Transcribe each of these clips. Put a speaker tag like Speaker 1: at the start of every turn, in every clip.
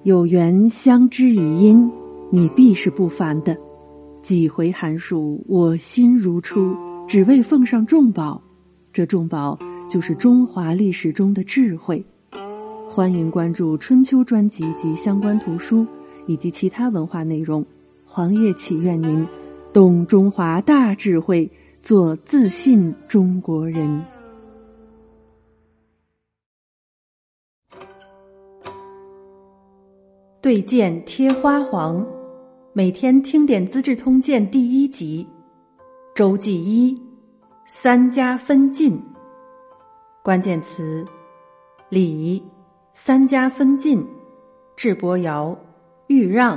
Speaker 1: 有缘相知以因，你必是不凡的。几回寒暑，我心如初，只为奉上重宝。这重宝就是中华历史中的智慧。欢迎关注春秋专辑及相关图书以及其他文化内容。黄叶祈愿您懂中华大智慧，做自信中国人。对剑贴花黄，每天听点《资治通鉴》第1集。周记1，三家分晋。关键词：礼、三家分晋、智伯尧、豫让。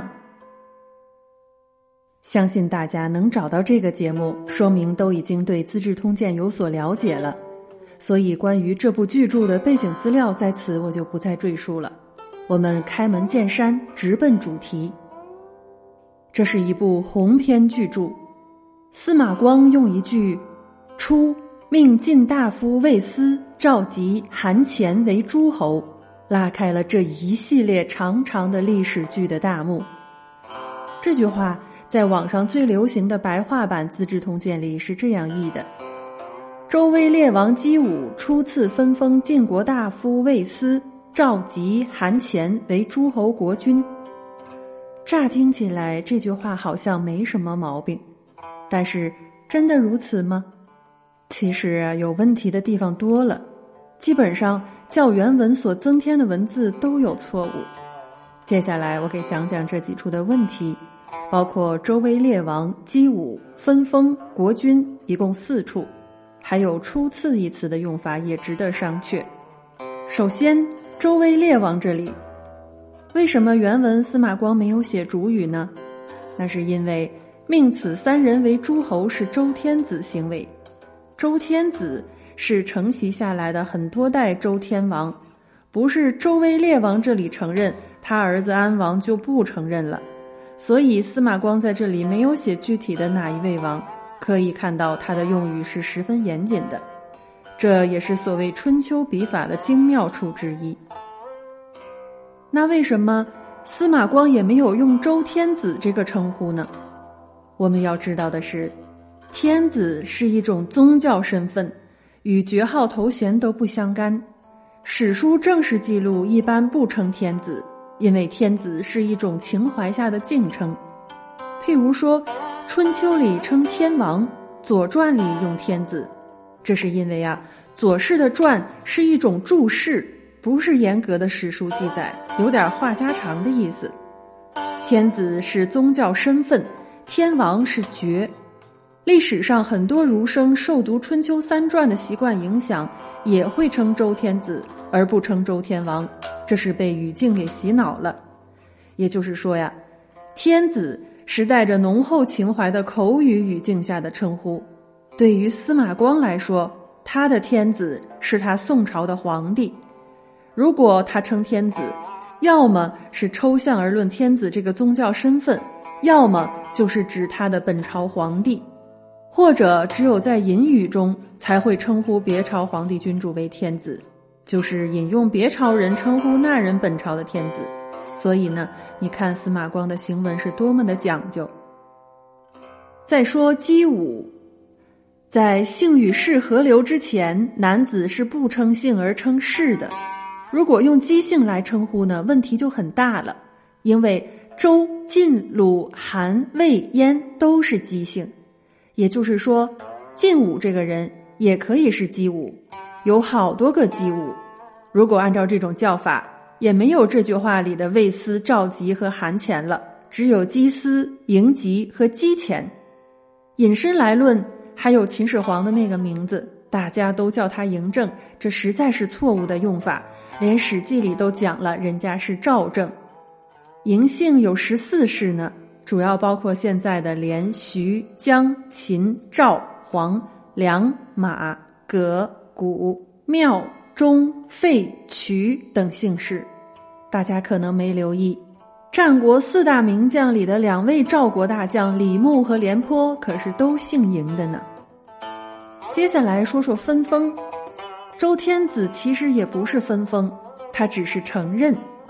Speaker 1: 相信大家能找到这个节目，说明都已经对《资治通鉴》有所了解了。所以关于这部巨著的背景资料，在此我就不再赘述了。我们开门见山，直奔主题。这是一部鸿篇巨著。司马光用一句“初命晋大夫魏斯召集韩虔为诸侯”，拉开了这一系列长长的历史剧的大幕。这句话在网上最流行的白话版《资治通鉴》里是这样译的：周威烈王姬武初次分封晋国大夫魏斯，召集韩虔为诸侯国君。乍听起来这句话好像没什么毛病，但是真的如此吗？其实有问题的地方多了，基本上较原文所增添的文字都有错误。接下来我给讲讲这几处的问题，包括周威烈王姬武分封国君一共4处，还有初次一词的用法也值得商榷。首先周威烈王这里，为什么原文司马光没有写主语呢？那是因为命此3人为诸侯是周天子行为。周天子是承袭下来的很多代周天王，不是周威烈王这里承认，他儿子安王就不承认了。所以司马光在这里没有写具体的哪一位王，可以看到他的用语是十分严谨的。这也是所谓春秋笔法的精妙处之一。那为什么司马光也没有用周天子这个称呼呢？我们要知道的是，天子是一种宗教身份，与爵号头衔都不相干。史书正式记录一般不称天子，因为天子是一种情怀下的敬称。譬如说春秋里称天王，左传里用天子，这是因为左氏的传是一种注释，不是严格的史书记载，有点话家常的意思。天子是宗教身份，天王是爵。历史上很多儒生受读春秋3传的习惯影响，也会称周天子而不称周天王，这是被语境给洗脑了。也就是说天子是带着浓厚情怀的口语语境下的称呼。对于司马光来说，他的天子是他宋朝的皇帝。如果他称天子，要么是抽象而论天子这个宗教身份，要么就是指他的本朝皇帝，或者只有在隐语中才会称呼别朝皇帝君主为天子，就是引用别朝人称呼那人本朝的天子。所以呢，你看司马光的行文是多么的讲究。再说姬武，在姓与氏合流之前，男子是不称姓而称氏的。如果用姬姓来称呼呢，问题就很大了，因为周、晋、鲁、韩、魏、燕都是姬姓。也就是说，晋武这个人也可以是姬武，有好多个姬武。如果按照这种叫法，也没有这句话里的魏斯、赵佶和韩虔了，只有姬斯、嬴吉和姬虔。引申来论，还有秦始皇的那个名字，大家都叫他嬴政，这实在是错误的用法，连史记里都讲了人家是赵政。嬴姓有14世呢，主要包括现在的连、徐、姜、秦、赵、黄、梁、马、葛、谷、庙、钟、费、瞿等姓氏。大家可能没留意，战国4大名将里的2位赵国大将李牧和廉颇可是都姓嬴的呢。接下来说说分封。周天子其实也不是分封，他只是承认。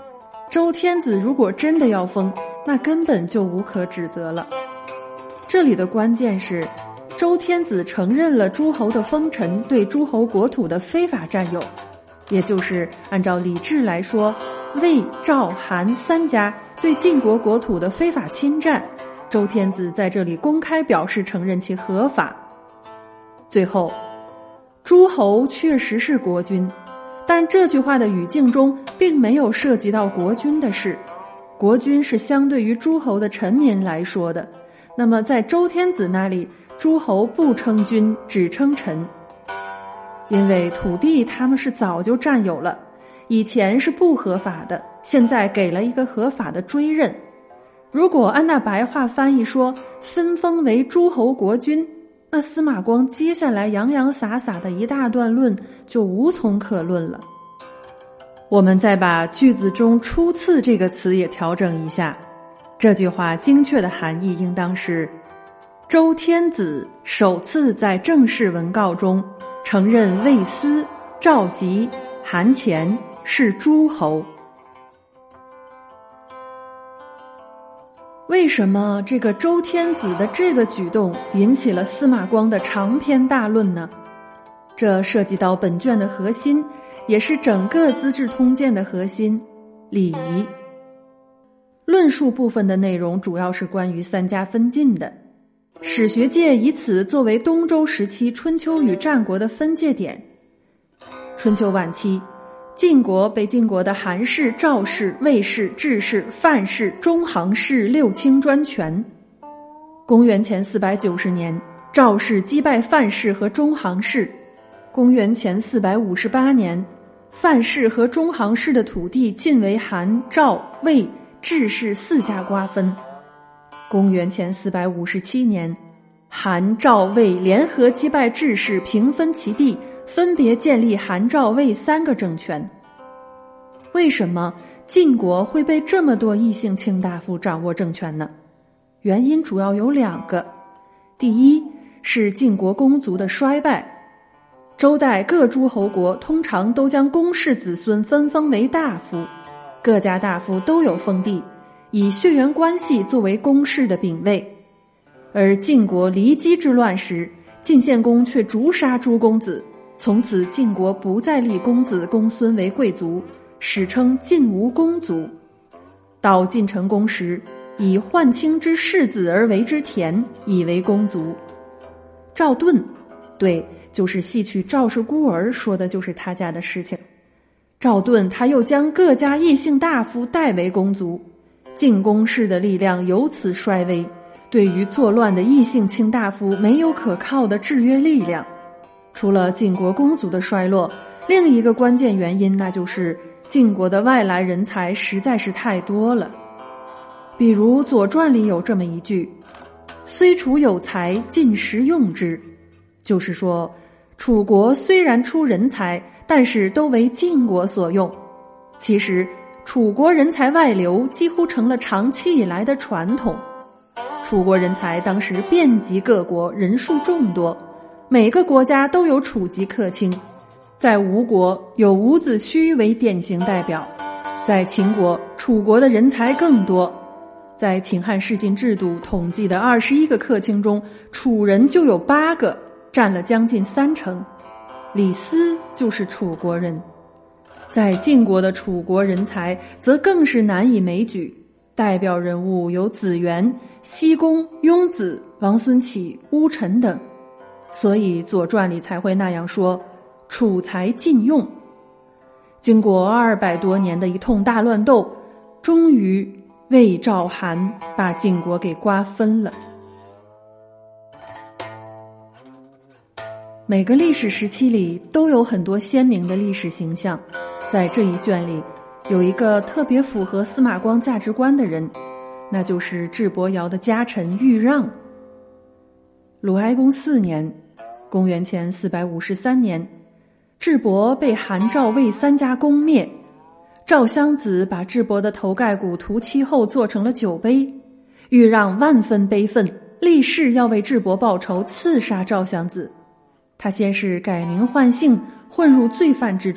Speaker 1: 周天子如果真的要封，那根本就无可指责了。这里的关键是，周天子承认了诸侯的封臣对诸侯国土的非法占有，也就是按照礼制来说，魏、赵、韩三家对晋国国土的非法侵占，周天子在这里公开表示承认其合法。最后，诸侯确实是国君，但这句话的语境中并没有涉及到国君的事，国君是相对于诸侯的臣民来说的。那么在周天子那里，诸侯不称君，只称臣。因为土地他们是早就占有了，以前是不合法的，现在给了一个合法的追认。如果按那白话翻译说分封为诸侯国君，那司马光接下来洋洋洒洒的一大段论就无从可论了。我们再把句子中初次这个词也调整一下，这句话精确的含义应当是：周天子首次在正式文告中承认魏斯、赵吉、韩虔是诸侯。为什么这个周天子的这个举动引起了司马光的长篇大论呢？这涉及到本卷的核心，也是整个《资治通鉴》的核心——礼仪。论述部分的内容主要是关于三家分晋的，史学界以此作为东周时期春秋与战国的分界点。春秋晚期，晋国被晋国的韩氏、赵氏、魏氏、智氏、范氏、中行氏六卿专权。公元前490年，赵氏击败范氏和中行氏。公元前458年，范氏和中行氏的土地尽为韩、赵、魏、智氏四家瓜分。公元前457年，韩、赵、魏联合击败智氏，平分其地，分别建立韩、赵、魏三个政权。为什么晋国会被这么多异姓卿大夫掌握政权呢？原因主要有两个。第一是晋国公族的衰败。周代各诸侯国通常都将公室子孙分封为大夫，各家大夫都有封地，以血缘关系作为公室的丙位。而晋国骊姬之乱时，晋献公却诛杀诸公子，从此晋国不再立公子公孙为贵族，史称晋无公族。到晋成公时，以宦卿之世子而为之田，以为公族。赵盾，对，就是戏曲《赵氏孤儿》说的就是他家的事情。赵盾他又将各家异姓大夫代为公族，晋公室的力量由此衰微，对于作乱的异姓卿大夫没有可靠的制约力量。除了晋国公族的衰落，另一个关键原因那就是晋国的外来人才实在是太多了。比如《左传》里有这么一句：虽楚有才，晋时用之。就是说，楚国虽然出人才，但是都为晋国所用。其实楚国人才外流几乎成了长期以来的传统。楚国人才当时遍及各国，人数众多，每个国家都有楚籍客卿。在吴国有伍子胥为典型代表，在秦国楚国的人才更多。在秦汉世晋制度统计的21个客卿中，楚人就有8个，占了将近30%。李斯就是楚国人。在晋国的楚国人才则更是难以枚举，代表人物有子元、西宫、雍子、王孙启、乌臣等。所以《左传》里才会那样说：楚才尽用。经过200多年的一通大乱斗，终于魏、赵、韩把晋国给瓜分了。每个历史时期里都有很多鲜明的历史形象，在这一卷里有一个特别符合司马光价值观的人，那就是智伯瑶的家臣豫让。鲁哀公4年，公元前453年，智伯被韩、赵、魏三家攻灭。赵襄子把智伯的头盖骨涂漆后做成了酒杯，豫让万分悲愤，立誓要为智伯报仇，刺杀赵襄子。他先是改名换姓，混入罪犯之中，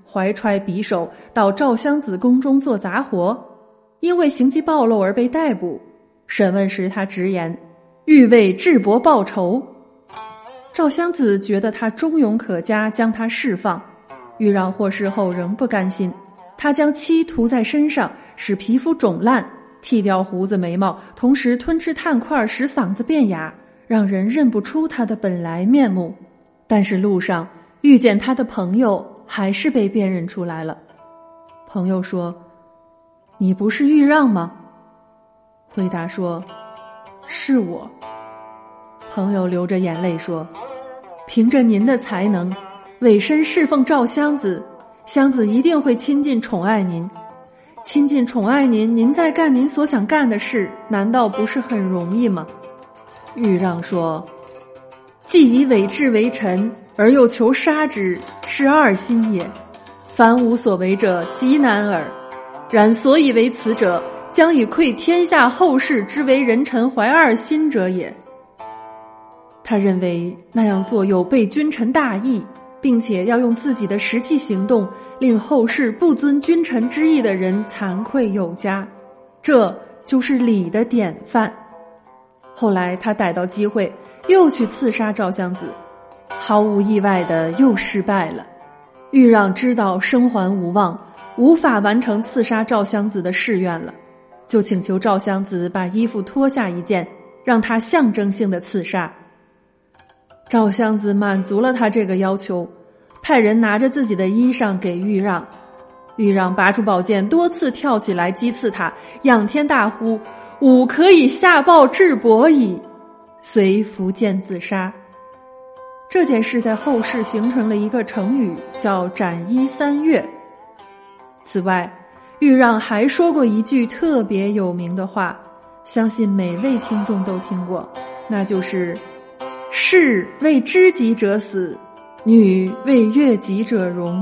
Speaker 1: 怀揣匕首到赵襄子宫中做杂活，因为行迹暴露而被逮捕。审问时他直言，欲为智伯报仇。赵襄子觉得他忠勇可嘉，将他释放。豫让获释后仍不甘心，他将漆涂在身上，使皮肤肿烂，剃掉胡子眉毛，同时吞吃炭块，使嗓子变哑，让人认不出他的本来面目。但是路上遇见他的朋友，还是被辨认出来了。朋友说，你不是豫让吗？回答说，是我。朋友流着眼泪说，凭着您的才能，委身侍奉赵襄子，襄子一定会亲近宠爱您。亲近宠爱您，您再干您所想干的事，难道不是很容易吗？豫让说，既以委质为臣，而又求杀之，是二心也。凡无所为者，极难耳。然所以为此者，将以馈天下后世之为人臣怀二心者也。他认为那样做有悖君臣大义，并且要用自己的实际行动，令后世不遵君臣之义的人惭愧有加，这就是礼的典范。后来他逮到机会，又去刺杀赵襄子，毫无意外的又失败了。豫让知道生还无望，无法完成刺杀赵襄子的誓愿了，就请求赵襄子把衣服脱下一件，让他象征性的刺杀。赵襄子满足了他这个要求，派人拿着自己的衣裳给豫让。豫让拔出宝剑，多次跳起来击刺他，仰天大呼，吾可以下报智伯矣，遂伏剑自杀。这件事在后世形成了一个成语，叫斩衣三月。此外，豫让还说过一句特别有名的话，相信每位听众都听过，那就是士为知己者死，女为悦己者容。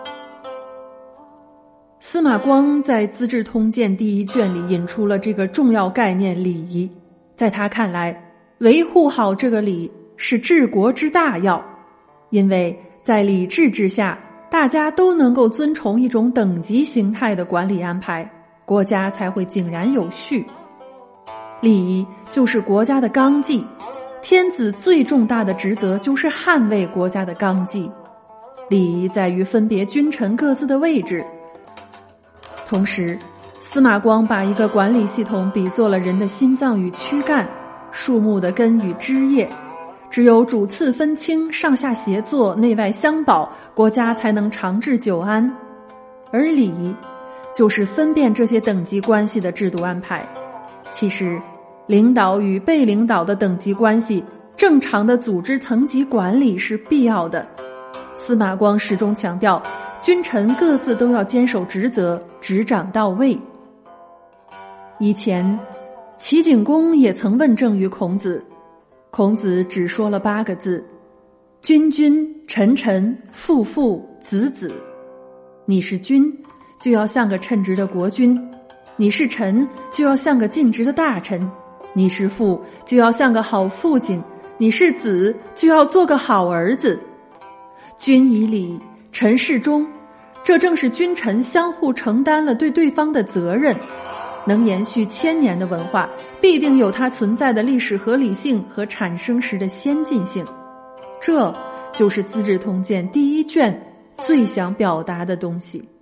Speaker 1: 司马光在《资治通鉴》第1卷里引出了这个重要概念礼仪，在他看来，维护好这个礼是治国之大要，因为在礼制之下，大家都能够遵从一种等级形态的管理安排，国家才会井然有序。礼仪就是国家的纲纪，天子最重大的职责就是捍卫国家的纲纪。礼仪在于分别君臣各自的位置。同时，司马光把一个管理系统比作了人的心脏与躯干，树木的根与枝叶，只有主次分清，上下协作，内外相保，国家才能长治久安。而礼仪就是分辨这些等级关系的制度安排。其实领导与被领导的等级关系，正常的组织层级管理是必要的。司马光始终强调，君臣各自都要坚守职责，执掌到位。以前齐景公也曾问政于孔子，孔子只说了8个字：君君，臣臣，父父，子子。你是君，就要像个称职的国君；你是臣，就要像个尽职的大臣；你是父，就要像个好父亲；你是子，就要做个好儿子。君以礼，臣事忠，这正是君臣相互承担了对对方的责任。能延续1000年的文化，必定有它存在的历史合理性和产生时的先进性。这就是《资治通鉴》第1卷最想表达的东西。